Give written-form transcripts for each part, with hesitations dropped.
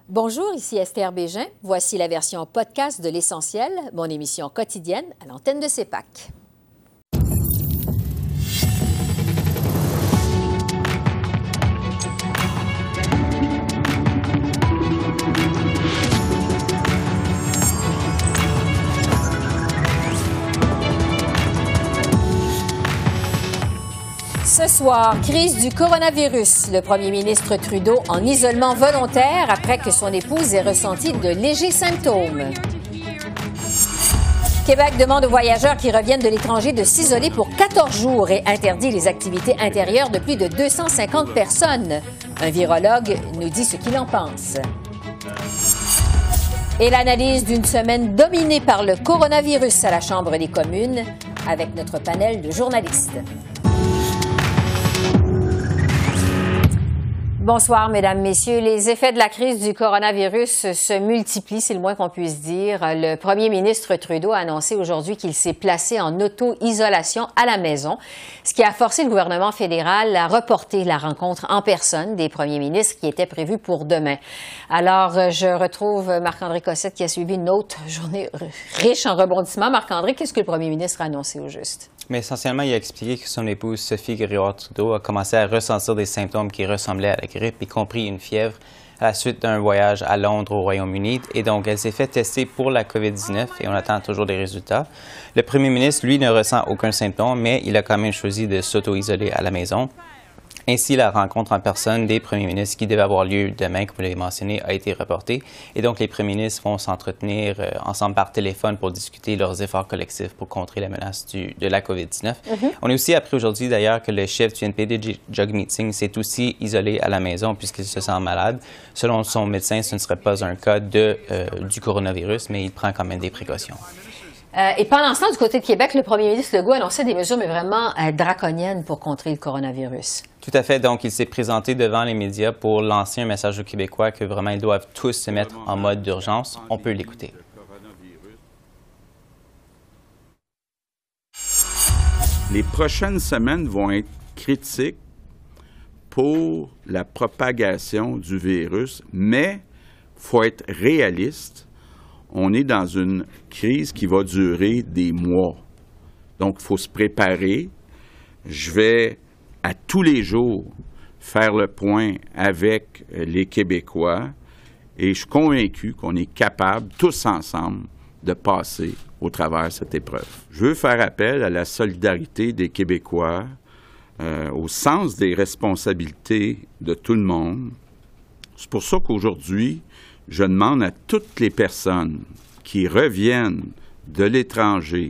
Bonjour, ici Esther Bégin. Voici la version podcast de L'Essentiel, mon émission quotidienne à l'antenne de CEPAC. Ce soir, crise du coronavirus. Le premier ministre Trudeau en isolement volontaire après que son épouse ait ressenti de légers symptômes. Québec demande aux voyageurs qui reviennent de l'étranger de s'isoler pour 14 jours et interdit les activités intérieures de plus de 250 personnes. Un virologue nous dit ce qu'il en pense. Et l'analyse d'une semaine dominée par le coronavirus à la Chambre des communes avec notre panel de journalistes. Bonsoir, Mesdames, Messieurs. Les effets de la crise du coronavirus se multiplient, c'est le moins qu'on puisse dire. Le premier ministre Trudeau a annoncé aujourd'hui qu'il s'est placé en auto-isolation à la maison, ce qui a forcé le gouvernement fédéral à reporter la rencontre en personne des premiers ministres qui était prévue pour demain. Alors, je retrouve Marc-André Cossette qui a suivi une autre journée riche en rebondissements. Marc-André, qu'est-ce que le premier ministre a annoncé au juste? Mais essentiellement, il a expliqué que son épouse Sophie Grégoire-Trudeau a commencé à ressentir des symptômes qui ressemblaient à la grippe, y compris une fièvre, à la suite d'un voyage à Londres au Royaume-Uni. Et donc, elle s'est fait tester pour la COVID-19 et on attend toujours des résultats. Le premier ministre, lui, ne ressent aucun symptôme, mais il a quand même choisi de s'auto-isoler à la maison. Ainsi, la rencontre en personne des premiers ministres qui devait avoir lieu demain, comme vous l'avez mentionné, a été reportée. Et donc, les premiers ministres vont s'entretenir ensemble par téléphone pour discuter leurs efforts collectifs pour contrer la menace de la COVID-19. On a aussi appris aujourd'hui, d'ailleurs, que le chef du NPD, Jagmeet Singh, s'est aussi isolé à la maison puisqu'il se sent malade. Selon son médecin, ce ne serait pas un cas du coronavirus, mais il prend quand même des précautions. Et pendant ce temps, du côté de Québec, le premier ministre Legault annonçait des mesures, mais vraiment draconiennes pour contrer le coronavirus. Tout à fait. Donc, il s'est présenté devant les médias pour lancer un message aux Québécois que vraiment, ils doivent tous se mettre en mode d'urgence. On peut l'écouter. Les prochaines semaines vont être critiques pour la propagation du virus, mais il faut être réaliste. On est dans une crise qui va durer des mois. Donc, il faut se préparer. Je vais, à tous les jours, faire le point avec les Québécois et je suis convaincu qu'on est capable, tous ensemble, de passer au travers de cette épreuve. Je veux faire appel à la solidarité des Québécois, au sens des responsabilités de tout le monde. C'est pour ça qu'aujourd'hui, je demande à toutes les personnes qui reviennent de l'étranger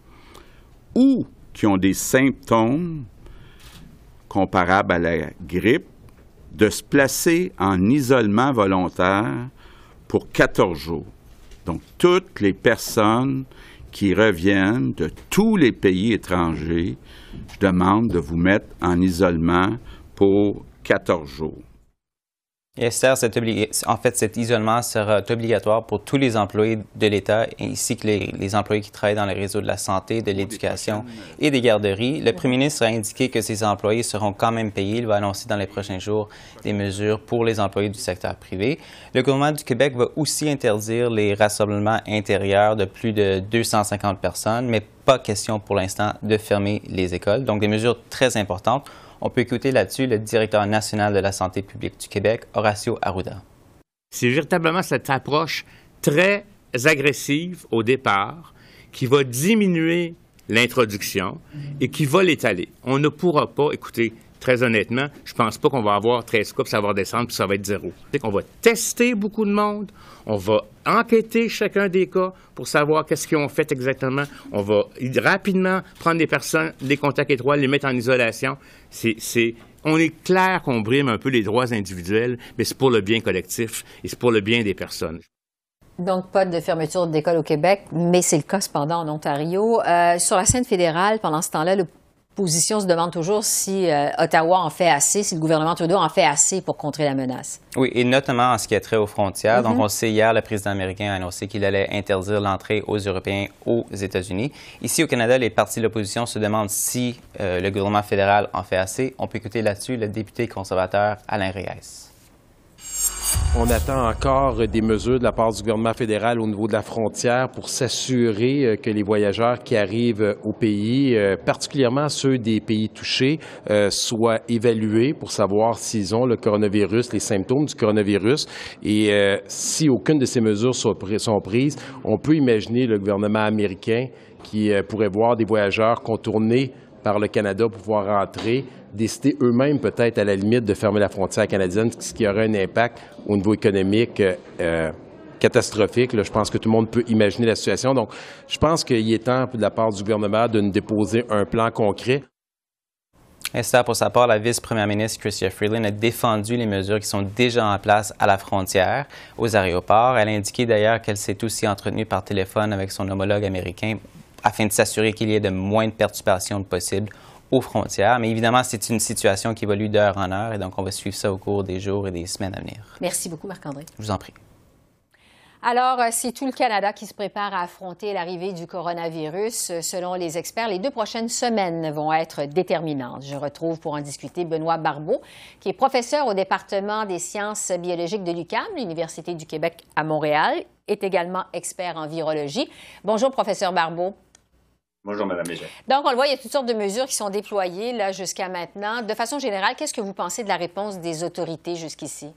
ou qui ont des symptômes comparables à la grippe de se placer en isolement volontaire pour 14 jours. Donc, toutes les personnes qui reviennent de tous les pays étrangers, je demande de vous mettre en isolement pour 14 jours. Et Esther, cet isolement sera obligatoire pour tous les employés de l'État ainsi que les employés qui travaillent dans le réseau de la santé, de l'éducation et des garderies. Le premier ministre a indiqué que ces employés seront quand même payés. Il va annoncer dans les prochains jours des mesures pour les employés du secteur privé. Le gouvernement du Québec va aussi interdire les rassemblements intérieurs de plus de 250 personnes, mais pas question pour l'instant de fermer les écoles. Donc, des mesures très importantes. On peut écouter là-dessus le directeur national de la santé publique du Québec, Horacio Arruda. C'est véritablement cette approche très agressive au départ qui va diminuer l'introduction et qui va l'étaler. On ne pourra pas, écoutez, très honnêtement, je ne pense pas qu'on va avoir 13 cas, puis ça va descendre, puis ça va être 0. On va tester beaucoup de monde, on va enquêter chacun des cas pour savoir qu'est-ce qu'ils ont fait exactement. On va rapidement prendre des personnes, des contacts étroits, les mettre en isolation. On est clair qu'on brime un peu les droits individuels, mais c'est pour le bien collectif et c'est pour le bien des personnes. Donc, pas de fermeture d'école au Québec, mais c'est le cas cependant en Ontario. Sur la scène fédérale, pendant ce temps-là, l'opposition se demande toujours si Ottawa en fait assez, si le gouvernement Trudeau en fait assez pour contrer la menace. Oui, et notamment en ce qui a trait aux frontières. Donc, on le sait, hier, le président américain a annoncé qu'il allait interdire l'entrée aux Européens aux États-Unis. Ici, au Canada, les partis de l'opposition se demandent si le gouvernement fédéral en fait assez. On peut écouter là-dessus le député conservateur Alain Reyes. On attend encore des mesures de la part du gouvernement fédéral au niveau de la frontière pour s'assurer que les voyageurs qui arrivent au pays, particulièrement ceux des pays touchés, soient évalués pour savoir s'ils ont le coronavirus, les symptômes du coronavirus. Et si aucune de ces mesures sont prises, on peut imaginer le gouvernement américain qui pourrait voir des voyageurs contourner par le Canada pour pouvoir rentrer, décider eux-mêmes peut-être à la limite de fermer la frontière canadienne, ce qui aurait un impact au niveau économique catastrophique. Là, je pense que tout le monde peut imaginer la situation. Donc, je pense qu'il est temps de la part du gouvernement de nous déposer un plan concret. Esther, pour sa part, la vice-première ministre Chrystia Freeland a défendu les mesures qui sont déjà en place à la frontière, aux aéroports. Elle a indiqué d'ailleurs qu'elle s'est aussi entretenue par téléphone avec son homologue américain afin de s'assurer qu'il y ait de moins de perturbations possibles aux frontières. Mais évidemment, c'est une situation qui évolue d'heure en heure et donc on va suivre ça au cours des jours et des semaines à venir. Merci beaucoup, Marc-André. Je vous en prie. Alors, c'est tout le Canada qui se prépare à affronter l'arrivée du coronavirus. Selon les experts, les 2 prochaines semaines vont être déterminantes. Je retrouve pour en discuter Benoît Barbeau, qui est professeur au département des sciences biologiques de l'UQAM, l'Université du Québec à Montréal, est également expert en virologie. Bonjour, professeur Barbeau. Bonjour, Mme Méjean. Donc, on le voit, il y a toutes sortes de mesures qui sont déployées là jusqu'à maintenant. De façon générale, qu'est-ce que vous pensez de la réponse des autorités jusqu'ici?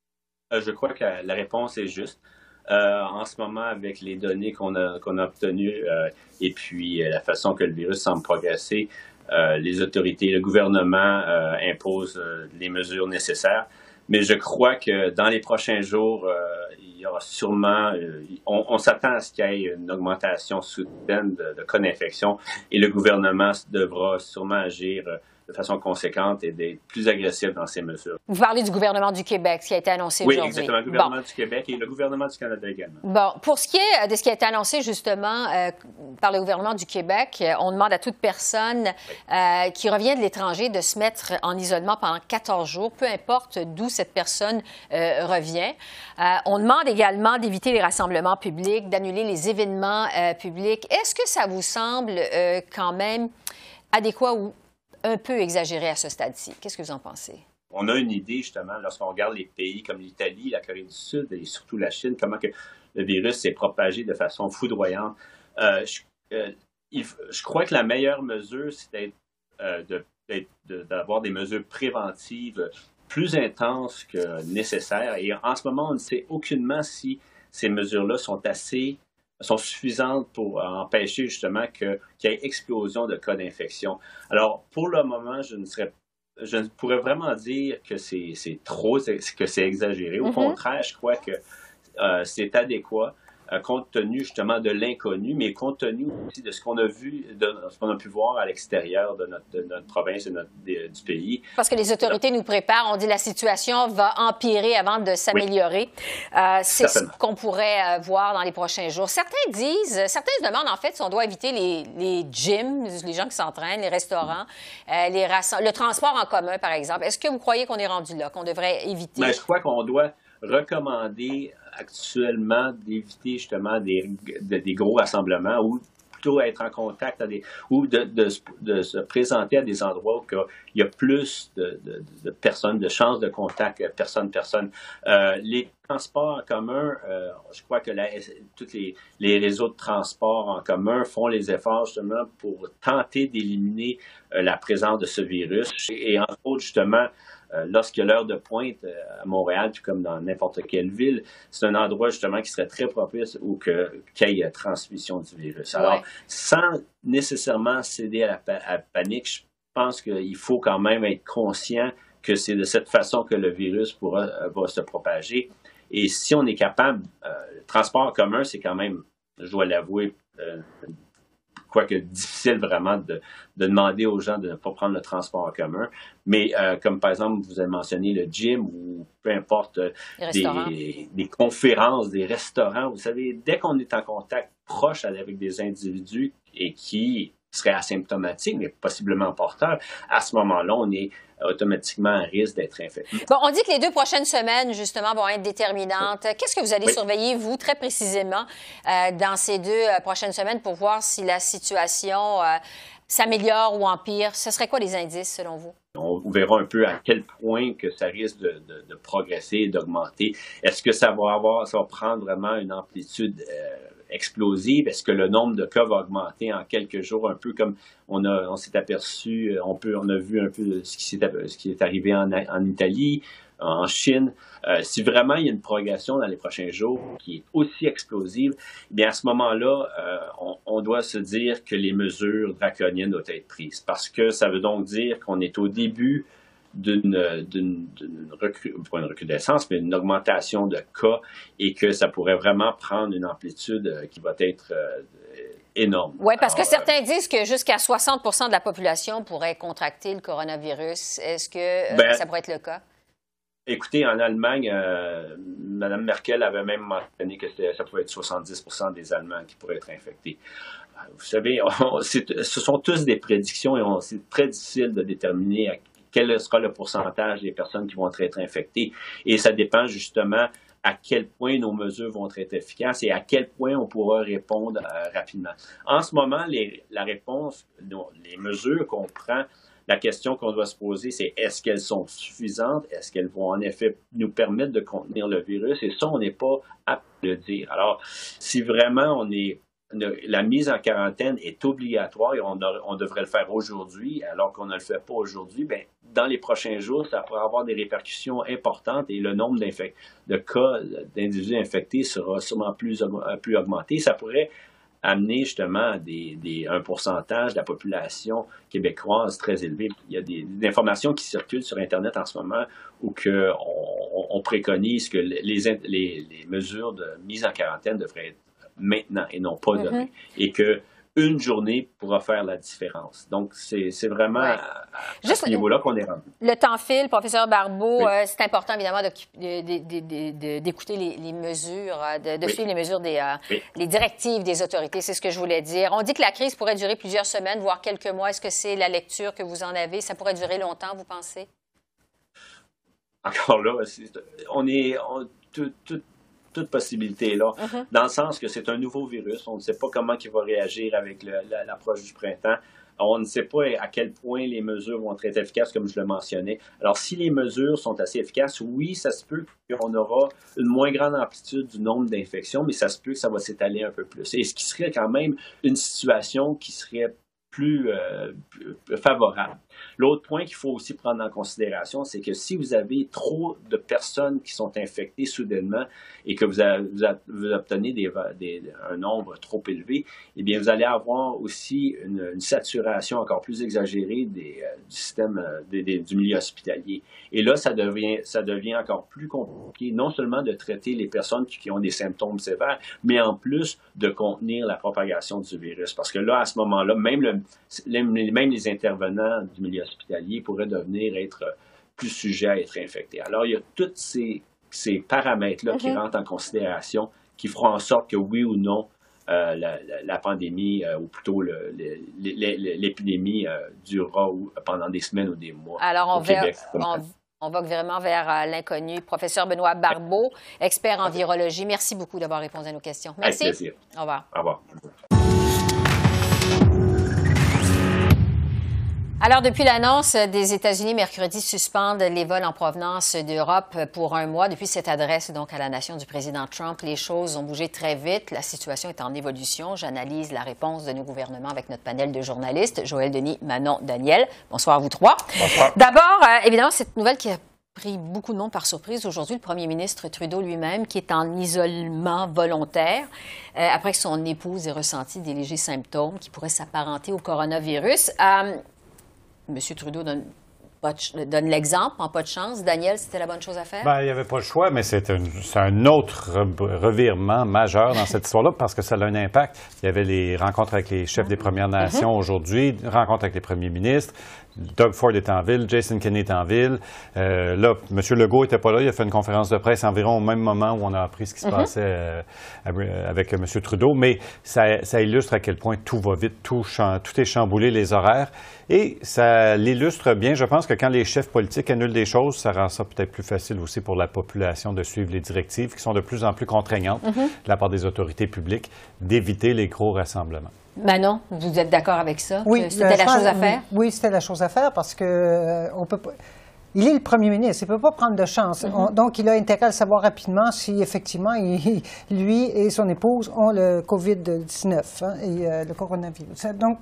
Je crois que la réponse est juste. En ce moment, avec les données qu'on a obtenues et puis la façon que le virus semble progresser, les autorités, le gouvernement imposent les mesures nécessaires. Mais je crois que dans les prochains jours, il y aura sûrement, on s'attend à ce qu'il y ait une augmentation soudaine de cas d'infection et le gouvernement devra sûrement agir de façon conséquente et d'être plus agressif dans ces mesures. Vous parlez du gouvernement du Québec, ce qui a été annoncé aujourd'hui. Oui, exactement, le gouvernement du Québec et le gouvernement du Canada également. Bon, pour ce qui est de ce qui a été annoncé justement par le gouvernement du Québec, on demande à toute personne qui revient de l'étranger de se mettre en isolement pendant 14 jours, peu importe d'où cette personne revient. On demande également d'éviter les rassemblements publics, d'annuler les événements publics. Est-ce que ça vous semble quand même adéquat ou un peu exagéré à ce stade-ci? Qu'est-ce que vous en pensez? On a une idée, justement, lorsqu'on regarde les pays comme l'Italie, la Corée du Sud et surtout la Chine, comment que le virus s'est propagé de façon foudroyante. Je crois que la meilleure mesure, c'est d'avoir des mesures préventives plus intenses que nécessaires. Et en ce moment, on ne sait aucunement si ces mesures-là sont suffisantes pour empêcher justement qu'il y ait explosion de cas d'infection. Alors, pour le moment, je ne pourrais vraiment dire que c'est trop, que c'est exagéré. Au contraire, je crois que c'est adéquat compte tenu justement de l'inconnu, mais compte tenu aussi de ce qu'on a vu, de ce qu'on a pu voir à l'extérieur de notre province et du pays. Parce que les autorités nous préparent, on dit la situation va empirer avant de s'améliorer. Oui. C'est ce qu'on pourrait voir dans les prochains jours. Certains se demandent en fait si on doit éviter les gyms, les gens qui s'entraînent, les restaurants, le transport en commun par exemple. Est-ce que vous croyez qu'on est rendu là, qu'on devrait éviter? Mais je crois qu'on doit recommander actuellement d'éviter justement des gros rassemblements ou plutôt être en contact ou de se présenter à des endroits où il y a plus de personnes, de chances de contact personne-personne. Les transports en commun, je crois que tous les réseaux de transport en commun font les efforts justement pour tenter d'éliminer la présence de ce virus. Et entre autres, justement, lorsqu'il y a l'heure de pointe à Montréal, puis comme dans n'importe quelle ville, c'est un endroit justement qui serait très propice qu'il y ait transmission du virus. Alors, sans nécessairement céder à la panique, je pense qu'il faut quand même être conscient que c'est de cette façon que le virus va se propager. Et si on est capable, le transport en commun, c'est quand même, je dois l'avouer, quoique difficile vraiment de demander aux gens de ne pas prendre le transport en commun. Mais comme par exemple, vous avez mentionné le gym ou peu importe, des conférences, des restaurants. Vous savez, dès qu'on est en contact proche avec des individus et qui seraient asymptomatiques, mais possiblement porteurs, à ce moment-là, on est automatiquement à risque d'être infecté. Bon, on dit que les 2 prochaines semaines, justement, vont être déterminantes. Qu'est-ce que vous allez surveiller, vous, très précisément, dans ces 2 prochaines semaines pour voir si la situation s'améliore ou empire? Ce serait quoi les indices, selon vous? On verra un peu à quel point que ça risque de progresser, d'augmenter. Est-ce que ça va prendre vraiment une amplitude explosive? Est-ce que le nombre de cas va augmenter en quelques jours, un peu comme on s'est aperçu, on a vu un peu ce qui est arrivé en Italie, en Chine. Si vraiment il y a une progression dans les prochains jours qui est aussi explosive, bien à ce moment-là, on doit se dire que les mesures draconiennes doivent être prises. Parce que ça veut donc dire qu'on est au début pas une recrudescence, mais une augmentation de cas et que ça pourrait vraiment prendre une amplitude qui va être énorme. Oui, parce que certains disent que jusqu'à 60 % de la population pourrait contracter le coronavirus. Est-ce que ça pourrait être le cas? Écoutez, en Allemagne, Mme Merkel avait même mentionné que ça pouvait être 70 % des Allemands qui pourraient être infectés. Vous savez, ce sont tous des prédictions et c'est très difficile de déterminer quel sera le pourcentage des personnes qui vont être infectées. Et ça dépend justement à quel point nos mesures vont être efficaces et à quel point on pourra répondre rapidement. En ce moment, la réponse, les mesures qu'on prend, la question qu'on doit se poser, c'est est-ce qu'elles sont suffisantes? Est-ce qu'elles vont en effet nous permettre de contenir le virus? Et ça, on n'est pas apte à le dire. Alors, si vraiment la mise en quarantaine est obligatoire et on devrait le faire aujourd'hui, alors qu'on ne le fait pas aujourd'hui, bien, dans les prochains jours, ça pourrait avoir des répercussions importantes et le nombre de cas d'individus infectés sera sûrement plus augmenté. Ça pourrait amener justement un pourcentage de la population québécoise très élevé. Il y a des informations qui circulent sur Internet en ce moment où on préconise que les mesures de mise en quarantaine devraient être maintenant et non pas demain. Et que une journée pourra faire la différence. Donc, c'est vraiment à ce niveau-là qu'on est rendu. Le temps file, professeur Barbeau. Oui. C'est important, évidemment, d'écouter les mesures, de suivre les mesures les directives des autorités. C'est ce que je voulais dire. On dit que la crise pourrait durer plusieurs semaines, voire quelques mois. Est-ce que c'est la lecture que vous en avez? Ça pourrait durer longtemps, vous pensez? Encore là, toute possibilité est là, dans le sens que c'est un nouveau virus. On ne sait pas comment il va réagir avec l'approche du printemps. On ne sait pas à quel point les mesures vont être efficaces, comme je le mentionnais. Alors, si les mesures sont assez efficaces, oui, ça se peut qu'on aura une moins grande amplitude du nombre d'infections, mais ça se peut que ça va s'étaler un peu plus. Et ce qui serait quand même une situation qui serait plus favorable. L'autre point qu'il faut aussi prendre en considération, c'est que si vous avez trop de personnes qui sont infectées soudainement et que vous obtenez un nombre trop élevé, eh bien, vous allez avoir aussi une saturation encore plus exagérée du système du milieu hospitalier. Et là, ça devient encore plus compliqué, non seulement de traiter les personnes qui ont des symptômes sévères, mais en plus de contenir la propagation du virus. Parce que là, à ce moment-là, même les intervenants du milieu hospitalier pourraient être plus sujets à être infectés. Alors, il y a tous ces paramètres-là qui rentrent en considération, qui feront en sorte que oui ou non, la pandémie, ou plutôt l'épidémie durera pendant des semaines ou des mois. Alors, on va vraiment vers l'inconnu. Professeur Benoît Barbeau, expert en virologie, merci beaucoup d'avoir répondu à nos questions. Merci. Avec plaisir. Au revoir. Au revoir. Alors, depuis l'annonce des États-Unis, mercredi, suspendent les vols en provenance d'Europe pour un mois. Depuis cette adresse donc à la nation du président Trump, les choses ont bougé très vite. La situation est en évolution. J'analyse la réponse de nos gouvernements avec notre panel de journalistes, Joël Denis, Manon, Daniel. Bonsoir à vous trois. Bonsoir. D'abord, évidemment, cette nouvelle qui a pris beaucoup de monde par surprise aujourd'hui, le premier ministre Trudeau lui-même, qui est en isolement volontaire, après que son épouse ait ressenti des légers symptômes qui pourraient s'apparenter au coronavirus. M. Trudeau donne l'exemple, en pas de chance. Daniel, c'était la bonne chose à faire? Bien, il n'y avait pas le choix, mais c'est un autre revirement majeur dans cette histoire-là parce que ça a un impact. Il y avait les rencontres avec les chefs des Premières Nations aujourd'hui, rencontres avec les premiers ministres. Doug Ford est en ville, Jason Kenney est en ville. Là, M. Legault n'était pas là. Il a fait une conférence de presse environ au même moment où on a appris ce qui se passait avec M. Trudeau. Mais ça illustre à quel point tout va vite, tout est chamboulé, les horaires. Et ça l'illustre bien. Je pense que quand les chefs politiques annulent des choses, ça rend ça peut-être plus facile aussi pour la population de suivre les directives qui sont de plus en plus contraignantes de la part des autorités publiques, d'éviter les gros rassemblements. Manon, vous êtes d'accord avec ça? Oui. C'était la chose à faire? Oui, c'était la chose à faire parce que on peut pas... Il est le premier ministre, il ne peut pas prendre de chance. Donc, il a intérêt à le savoir rapidement si, effectivement, lui et son épouse ont le COVID-19 et le coronavirus. Donc,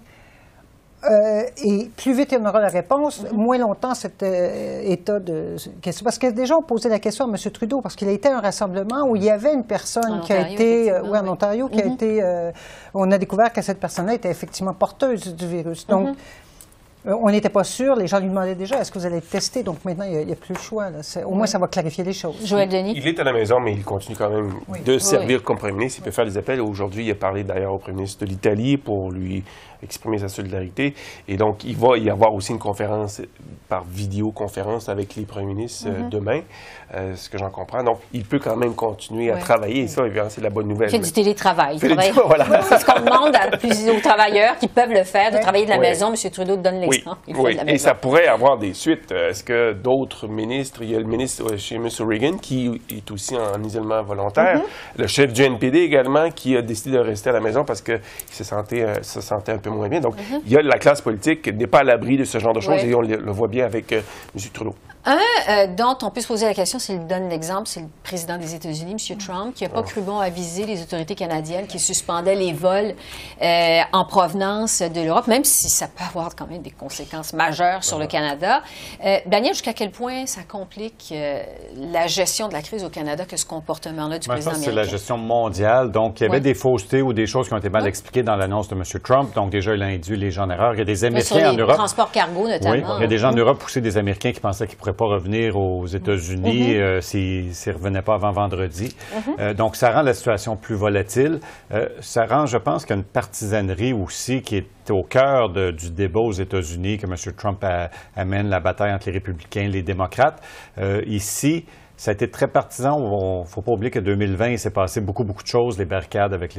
et plus vite on aura la réponse, moins longtemps cet état de question. Parce que déjà, on posait la question à M. Trudeau, parce qu'il a été à un rassemblement où il y avait une personne qui a été, en Ontario, qui a été, on a découvert que cette personne-là était effectivement porteuse du virus. Donc, on n'était pas sûr, les gens lui demandaient déjà, est-ce que vous allez être testé? Donc maintenant, il n'y a plus le choix. Là. Au moins, ça va clarifier les choses. Joël Denis? Il est à la maison, mais il continue quand même de servir comme premier ministre. Il peut faire des appels. Aujourd'hui, il a parlé d'ailleurs au premier ministre de l'Italie pour lui exprimer sa solidarité. Et donc, il va y avoir aussi une conférence par vidéoconférence avec les premiers ministres demain, ce que j'en comprends. Donc, il peut quand même continuer à travailler. Et ça, évidemment, c'est la bonne nouvelle. Il fait du télétravail. Voilà. C'est ce qu'on demande aux travailleurs qui peuvent le faire, de travailler de la maison. M. Trudeau donne l'exemple. Oui, et ça pourrait avoir des suites. Est-ce que d'autres ministres, il y a le ministre chez M. Reagan qui est aussi en isolement volontaire, le chef du NPD également qui a décidé de rester à la maison parce qu'il se sentait un peu moins bien. Donc, il y a la classe politique qui n'est pas à l'abri de ce genre de choses et on le voit bien avec M. Trudeau. Un dont on peut se poser la question s'il donne l'exemple, c'est le président des États-Unis, M. Trump, qui n'a pas cru bon aviser les autorités canadiennes qui suspendaient les vols en provenance de l'Europe, même si ça peut avoir quand même des conséquences majeures sur le Canada. Daniel, jusqu'à quel point ça complique la gestion de la crise au Canada que ce comportement-là du président américain? C'est la gestion mondiale. Donc, il y avait des faussetés ou des choses qui ont été mal expliquées dans l'annonce de M. Trump. Donc, déjà, il a induit les gens en erreur. Il y a des Américains en Europe. Sur les transports cargo, notamment. Oui, il y a des gens en Europe, aussi des Américains qui pensaient qu'ils pourraient pas revenir aux États-Unis s'ils ne revenaient pas avant vendredi. Donc, ça rend la situation plus volatile. Ça rend, je pense, qu'il y a une partisanerie aussi qui est au cœur du débat aux États-Unis, que M. Trump amène la bataille entre les républicains et les démocrates. Ici, ça a été très partisan. Il ne faut pas oublier que 2020, il s'est passé beaucoup de choses, les barricades avec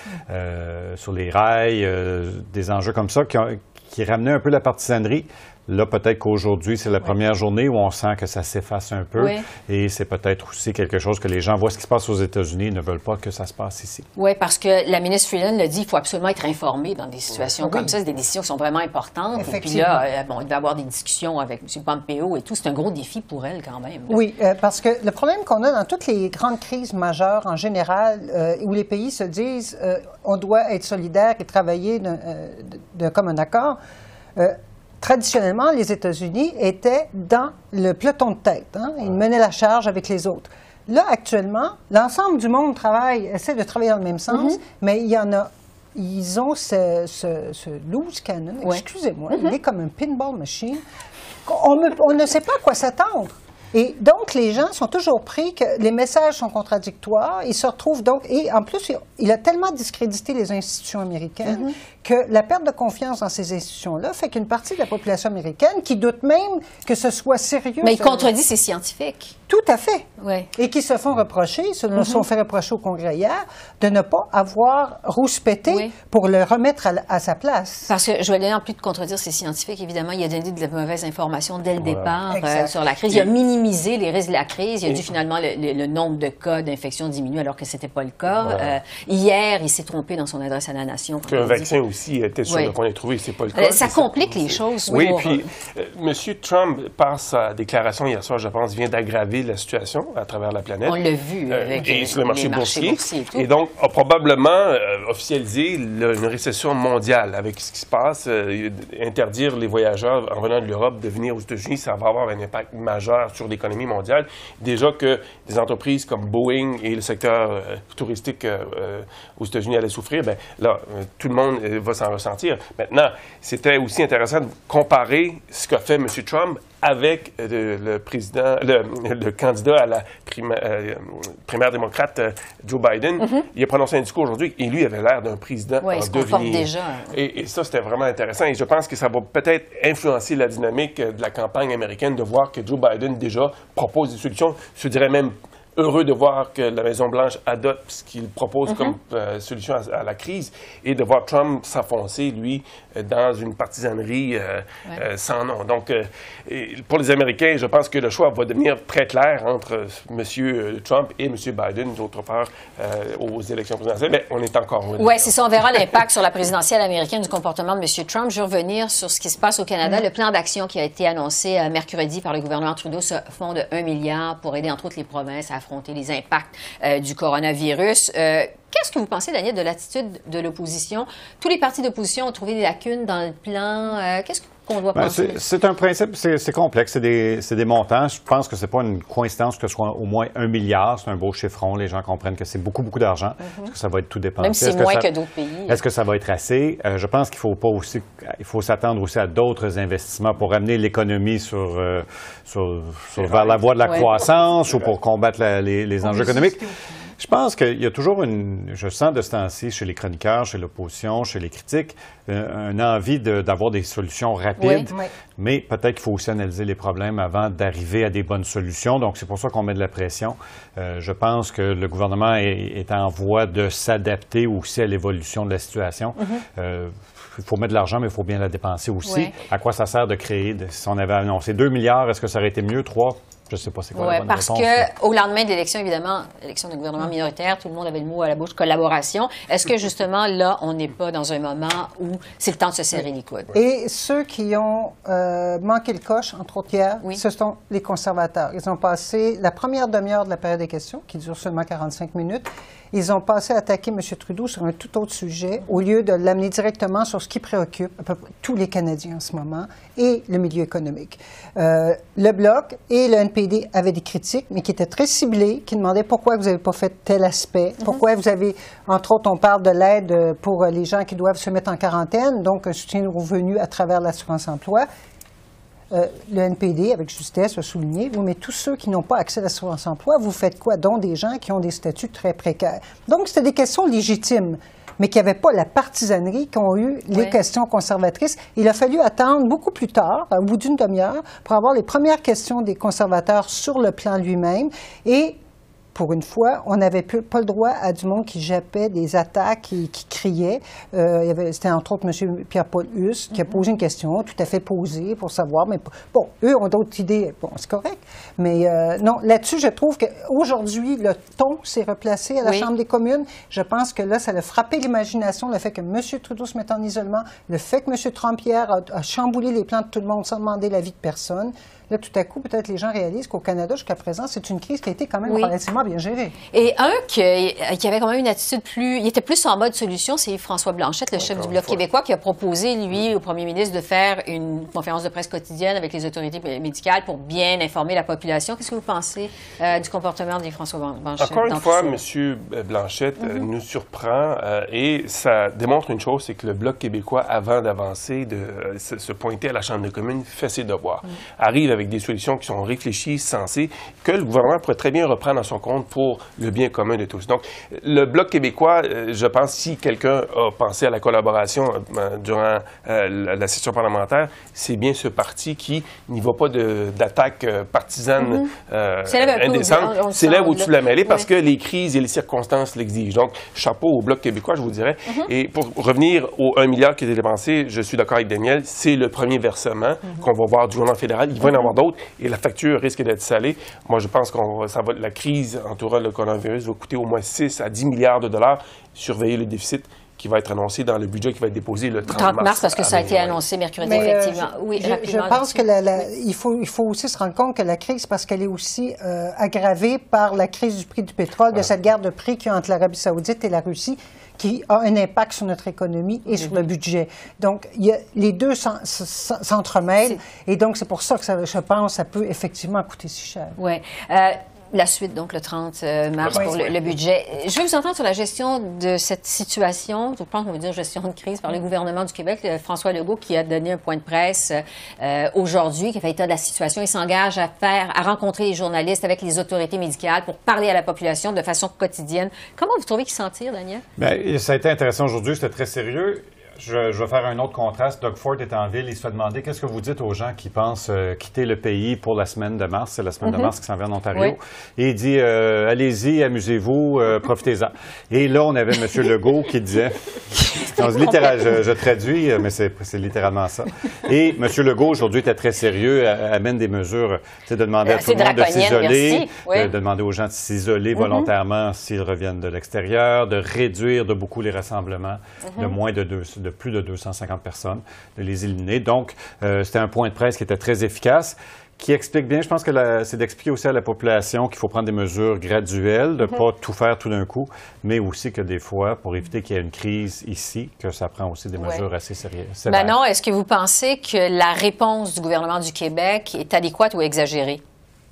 sur les rails, des enjeux comme ça qui ramenaient un peu la partisanerie. Là, peut-être qu'aujourd'hui, c'est la première journée où on sent que ça s'efface un peu. Et c'est peut-être aussi quelque chose que les gens voient ce qui se passe aux États-Unis et ne veulent pas que ça se passe ici. Oui, parce que la ministre Freeland l'a dit, il faut absolument être informé dans des situations comme ça. C'est des décisions qui sont vraiment importantes. Et puis là, il va y avoir des discussions avec M. Pompeo et tout. C'est un gros défi pour elle quand même. Là. Oui, parce que le problème qu'on a dans toutes les grandes crises majeures en général, où les pays se disent on doit être solidaire et travailler de commun accord, traditionnellement, les États-Unis étaient dans le peloton de tête. Ils menaient la charge avec les autres. Là, actuellement, l'ensemble du monde essaie de travailler dans le même sens, mais il y en a. Ils ont ce loose cannon, excusez-moi, il est comme un pinball machine. On ne sait pas à quoi s'attendre. Et donc, les gens sont toujours pris que les messages sont contradictoires. Ils se retrouvent donc... Et en plus, il a tellement discrédité les institutions américaines que la perte de confiance dans ces institutions-là fait qu'une partie de la population américaine qui doute même que ce soit sérieux... Mais il contredit ses scientifiques. Tout à fait. Oui. Et qui se font reprocher, se sont fait reprocher au Congrès hier, de ne pas avoir rouspété pour le remettre à sa place. Parce que, je vais en plus de contredire ces scientifiques, évidemment, il a donné de la mauvaise information dès le départ sur la crise. Il a minimisé les risques de la crise. Il a dit finalement le nombre de cas d'infection diminue alors que ce n'était pas le cas. Hier, il s'est trompé dans son adresse à la nation. Un vaccin aussi était sûr qu'on ait trouvé, c'est pas le cas. Ça complique les choses. Oui, puis M. Trump, par sa déclaration hier soir, je pense, vient d'aggraver la situation à travers la planète. On l'a vu avec et sur le marché boursier. Et donc, a probablement officialisé une récession mondiale avec ce qui se passe. Interdire les voyageurs en venant de l'Europe de venir aux États-Unis, ça va avoir un impact majeur sur l'économie mondiale. Déjà que des entreprises comme Boeing et le secteur touristique aux États-Unis allaient souffrir, bien là, tout le monde va s'en ressentir. Maintenant, c'était aussi intéressant de comparer ce qu'a fait M. Trump avec le candidat à la primaire démocrate, Joe Biden. Il a prononcé un discours aujourd'hui et lui avait l'air d'un président en devenir. Déjà. Et ça, c'était vraiment intéressant. Et je pense que ça va peut-être influencer la dynamique de la campagne américaine de voir que Joe Biden déjà propose des solutions, je dirais même heureux de voir que la Maison-Blanche adopte ce qu'il propose comme solution à la crise et de voir Trump s'enfoncer, lui, dans une partisanerie sans nom. Donc, pour les Américains, je pense que le choix va devenir très clair entre M. Trump et M. Biden, d'autre part, aux élections présidentielles. Mais on est encore loin. Oui, c'est ça. On verra l'impact sur la présidentielle américaine du comportement de M. Trump. Je vais revenir sur ce qui se passe au Canada. Le plan d'action qui a été annoncé mercredi par le gouvernement Trudeau se fonde de 1 milliard pour aider, entre autres, les provinces à affronter les impacts du coronavirus. Qu'est-ce que vous pensez, Daniel, de l'attitude de l'opposition? Tous les partis d'opposition ont trouvé des lacunes dans le plan. Qu'est-ce qu'on doit penser? C'est un principe, c'est complexe, c'est des montants. Je pense que c'est pas une coïncidence que ce soit au moins 1 milliard. C'est un beau chiffron. Les gens comprennent que c'est beaucoup, beaucoup d'argent. Est-ce que ça va être tout dépensé? Même si c'est moins que d'autres pays. Est-ce que ça va être assez? Je pense qu'il faut pas aussi, il faut s'attendre aussi à d'autres investissements pour amener l'économie vers la voie de la croissance ou pour combattre les enjeux économiques. Je pense qu'il y a toujours je sens de ce temps-ci, chez les chroniqueurs, chez l'opposition, chez les critiques, une envie d'avoir des solutions rapides, mais peut-être qu'il faut aussi analyser les problèmes avant d'arriver à des bonnes solutions. Donc, c'est pour ça qu'on met de la pression. Je pense que le gouvernement est en voie de s'adapter aussi à l'évolution de la situation. Il faut mettre de l'argent, mais il faut bien la dépenser aussi. À quoi ça sert de créer? Si on avait annoncé 2 milliards, est-ce que ça aurait été mieux? 3? Je ne sais pas c'est quoi la bonne réponse. Parce qu'au lendemain de l'élection, évidemment, l'élection du gouvernement minoritaire, tout le monde avait le mot à la bouche, collaboration. Est-ce que, justement, là, on n'est pas dans un moment où c'est le temps de se serrer les coudes? Et ceux qui ont manqué le coche, entre autres hier, ce sont les conservateurs. Ils ont passé la première demi-heure de la période des questions, qui dure seulement 45 minutes. Ils ont passé à attaquer M. Trudeau sur un tout autre sujet, au lieu de l'amener directement sur ce qui préoccupe à peu près tous les Canadiens en ce moment, et le milieu économique. Le Bloc et le NPD avaient des critiques, mais qui étaient très ciblées, qui demandaient pourquoi vous n'avez pas fait tel aspect, pourquoi vous avez, entre autres, on parle de l'aide pour les gens qui doivent se mettre en quarantaine, donc un soutien aux revenus à travers l'assurance-emploi. Le NPD, avec justesse, a souligné, oui, mais tous ceux qui n'ont pas accès à l'assurance-emploi, vous faites quoi? Dont des gens qui ont des statuts très précaires. Donc, c'était des questions légitimes, mais qui n'avaient pas la partisanerie qu'ont eu les questions conservatrices. Il a fallu attendre beaucoup plus tard, au bout d'une demi-heure, pour avoir les premières questions des conservateurs sur le plan lui-même. Et pour une fois, on n'avait pas le droit à du monde qui jappait des attaques et qui criait. C'était entre autres M. Pierre-Paul Huss qui a posé une question tout à fait posée pour savoir. Mais bon, eux ont d'autres idées. Bon, c'est correct. Mais non, là-dessus, je trouve qu'aujourd'hui, le ton s'est replacé à la Chambre des communes. Je pense que là, ça a frappé l'imagination, le fait que M. Trudeau se mette en isolement, le fait que M. Trump hier a chamboulé les plans de tout le monde sans demander l'avis de personne. Là, tout à coup, peut-être les gens réalisent qu'au Canada, jusqu'à présent, c'est une crise qui a été quand même relativement bien gérée. Et un qui avait quand même une attitude il était plus en mode solution, c'est François Blanchet, le chef du Bloc québécois, qui a proposé, lui, au premier ministre, de faire une conférence de presse quotidienne avec les autorités médicales pour bien informer la population. Qu'est-ce que vous pensez du comportement de François Blanchet? Encore une fois, M. Blanchet nous surprend et ça démontre une chose, c'est que le Bloc québécois, avant d'avancer, de se pointer à la Chambre des communes, fait ses devoirs. Arrive avec des solutions qui sont réfléchies, sensées, que le gouvernement pourrait très bien reprendre à son compte pour le bien commun de tous. Donc, le Bloc québécois, je pense, si quelqu'un a pensé à la collaboration durant la session parlementaire, c'est bien ce parti qui n'y va pas d'attaque partisane indécente, s'élève au-dessus de la mêlée parce que les crises et les circonstances l'exigent. Donc, chapeau au Bloc québécois, je vous dirais. Et pour revenir aux 1 milliard qui a été dépensé, je suis d'accord avec Daniel, c'est le premier versement qu'on va voir du gouvernement fédéral. Il va y en avoir d'autres et la facture risque d'être salée. Moi, je pense que la crise entourant le coronavirus va coûter au moins 6 à 10 milliards de dollars. Surveiller le déficit qui va être annoncé dans le budget qui va être déposé le 30 mars. Parce que ça a été annoncé mercredi, effectivement. Oui, je pense qu'il faut aussi se rendre compte que la crise, parce qu'elle est aussi aggravée par la crise du prix du pétrole, de cette guerre de prix qu'il y a entre l'Arabie saoudite et la Russie, qui a un impact sur notre économie et sur le budget. Donc, les deux s'entremêlent, et donc c'est pour ça que je pense que ça peut effectivement coûter si cher. Oui. La suite, donc, le 30 mars pour le budget. Je veux vous entendre sur la gestion de cette situation. Je pense qu'on veut dire gestion de crise par le gouvernement du Québec. François Legault qui a donné un point de presse aujourd'hui, qui a fait état de la situation. Il s'engage à rencontrer les journalistes avec les autorités médicales pour parler à la population de façon quotidienne. Comment vous trouvez qu'il s'en tire, Daniel? Bien, ça a été intéressant aujourd'hui. C'était très sérieux. Je vais faire un autre contraste. Doug Ford est en ville. Il se fait demander qu'est-ce que vous dites aux gens qui pensent quitter le pays pour la semaine de mars. C'est la semaine de mars qui s'en vient en Ontario. Oui. Et il dit allez-y, amusez-vous, profitez-en. Et là, on avait M. Legault qui disait je traduis, mais c'est littéralement ça. Et M. Legault, aujourd'hui, était très sérieux, amène des mesures de demander à tout le monde de s'isoler, de demander aux gens de s'isoler volontairement s'ils reviennent de l'extérieur, de réduire de beaucoup les rassemblements, de plus de 250 personnes, de les éliminer. Donc, c'était un point de presse qui était très efficace, qui explique bien, je pense que c'est d'expliquer aussi à la population qu'il faut prendre des mesures graduelles, de ne pas tout faire tout d'un coup, mais aussi que des fois, pour éviter qu'il y ait une crise ici, que ça prend aussi des mesures assez sérieuses. Manon, est-ce que vous pensez que la réponse du gouvernement du Québec est adéquate ou exagérée?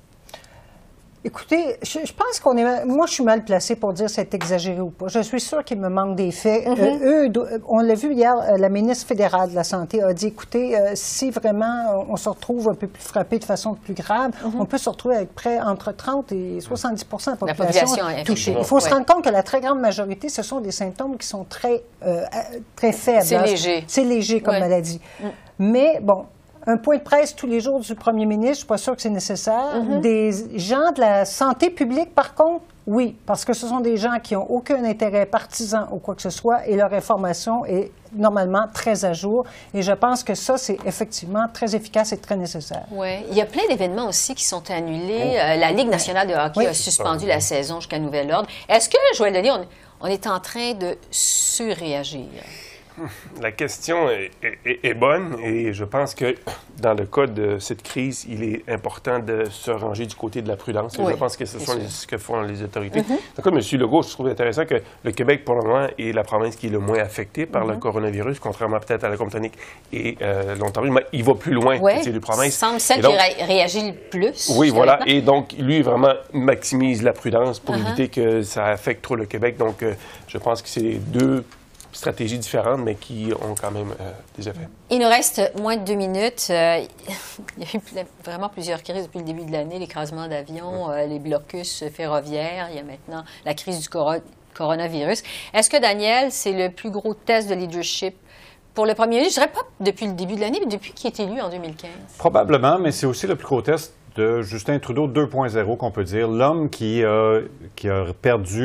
Écoutez, je pense qu'on est... Moi, je suis mal placée pour dire si c'est exagéré ou pas. Je suis sûre qu'il me manque des faits. On l'a vu hier, la ministre fédérale de la Santé a dit, écoutez, si vraiment on se retrouve un peu plus frappé de façon plus grave, on peut se retrouver avec près entre 30 et 70 % de la population touchée. Il faut se rendre compte que la très grande majorité, ce sont des symptômes qui sont très faibles. C'est léger. C'est léger comme maladie. Mais, bon... Un point de presse tous les jours du premier ministre, je ne suis pas sûre que c'est nécessaire. Des gens de la santé publique, par contre, oui, parce que ce sont des gens qui n'ont aucun intérêt partisan ou quoi que ce soit et leur information est normalement très à jour. Et je pense que ça, c'est effectivement très efficace et très nécessaire. Oui. Il y a plein d'événements aussi qui sont annulés. La Ligue nationale de hockey a suspendu la saison jusqu'à nouvel ordre. Est-ce que, Joël Denis, on est en train de surréagir? La question est bonne et je pense que dans le cas de cette crise, il est important de se ranger du côté de la prudence. Et je pense que ce sont ce que font les autorités. Dans le cas de M. Legault, je trouve intéressant que le Québec, pour le moment, est la province qui est le moins affectée par le coronavirus, contrairement peut-être à la Colombie-Britannique et l'Ontario. Mais il va plus loin que ces deux provinces. Ça semble celle qui réagit le plus. Oui, voilà. Maintenant. Et donc, lui, vraiment, maximise la prudence pour éviter que ça affecte trop le Québec. Donc, je pense que c'est deux stratégies différentes, mais qui ont quand même des effets. Il nous reste moins de 2 minutes. Il y a eu vraiment plusieurs crises depuis le début de l'année, l'écrasement d'avions, les blocus ferroviaires, il y a maintenant la crise du coronavirus. Est-ce que, Daniel, c'est le plus gros test de leadership pour le premier ministre? Je ne dirais pas depuis le début de l'année, mais depuis qu'il est élu en 2015. Probablement, mais c'est aussi le plus gros test de Justin Trudeau 2.0, qu'on peut dire. L'homme qui a perdu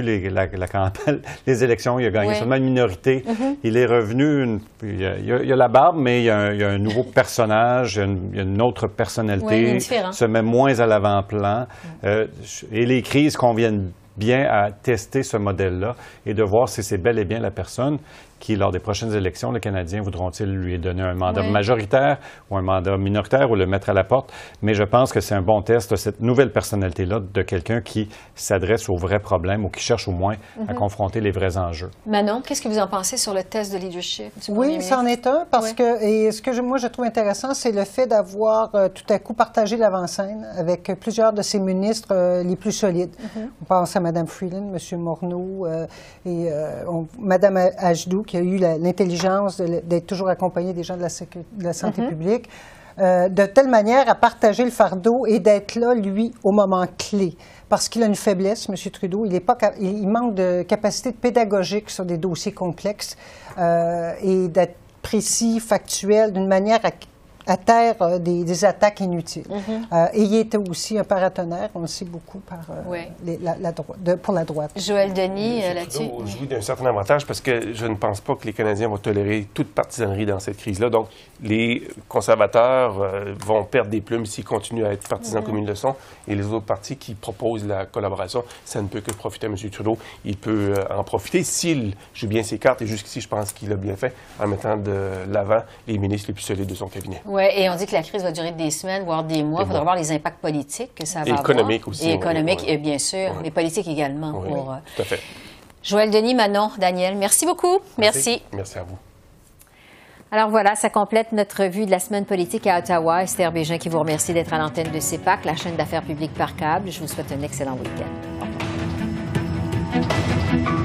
les élections, il a gagné seulement une minorité. Il est revenu, il y a la barbe, mais il y a un nouveau personnage, il y a une autre personnalité, se met moins à l'avant-plan. Et les crises conviennent bien à tester ce modèle-là et de voir si c'est bel et bien la personne qui, lors des prochaines élections, les Canadiens voudront-ils lui donner un mandat majoritaire ou un mandat minoritaire ou le mettre à la porte. Mais je pense que c'est un bon test de cette nouvelle personnalité-là, de quelqu'un qui s'adresse aux vrais problèmes ou qui cherche au moins à confronter les vrais enjeux. Manon, qu'est-ce que vous en pensez sur le test de leadership du premier ministre? C'en est un, parce que, et ce que moi je trouve intéressant, c'est le fait d'avoir tout à coup partagé l'avant-scène avec plusieurs de ses ministres les plus solides. On pense à Mme Freeland, M. Morneau et Mme Ajdou, qui a eu l'intelligence d'être toujours accompagné des gens de la santé publique, de telle manière à partager le fardeau et d'être là, lui, au moment clé. Parce qu'il a une faiblesse, M. Trudeau, il manque de capacité pédagogique sur des dossiers complexes et d'être précis, factuel, d'une manière à taire des attaques inutiles. Et il était aussi un paratonnerre, on le sait beaucoup, pour la droite. Joël Denis, là-dessus? Trudeau jouit d'un certain avantage parce que je ne pense pas que les Canadiens vont tolérer toute partisanerie dans cette crise-là. Donc, les conservateurs vont perdre des plumes s'ils continuent à être partisans comme ils le sont. Et les autres partis qui proposent la collaboration, ça ne peut que profiter à M. Trudeau. Il peut en profiter s'il joue bien ses cartes. Et jusqu'ici, je pense qu'il a bien fait en mettant de l'avant les ministres les plus solides de son cabinet. Oui, et on dit que la crise va durer des semaines, voire des mois. Il faudra voir les impacts politiques que ça va avoir. Et économiques aussi. Et économiques, et bien sûr, mais politiques également. Tout à fait. Joël Denis, Manon, Daniel, merci beaucoup. Merci. Merci à vous. Alors voilà, ça complète notre revue de la semaine politique à Ottawa. Esther Bégin qui vous remercie d'être à l'antenne de CEPAC, la chaîne d'affaires publiques par câble. Je vous souhaite un excellent week-end. Au revoir.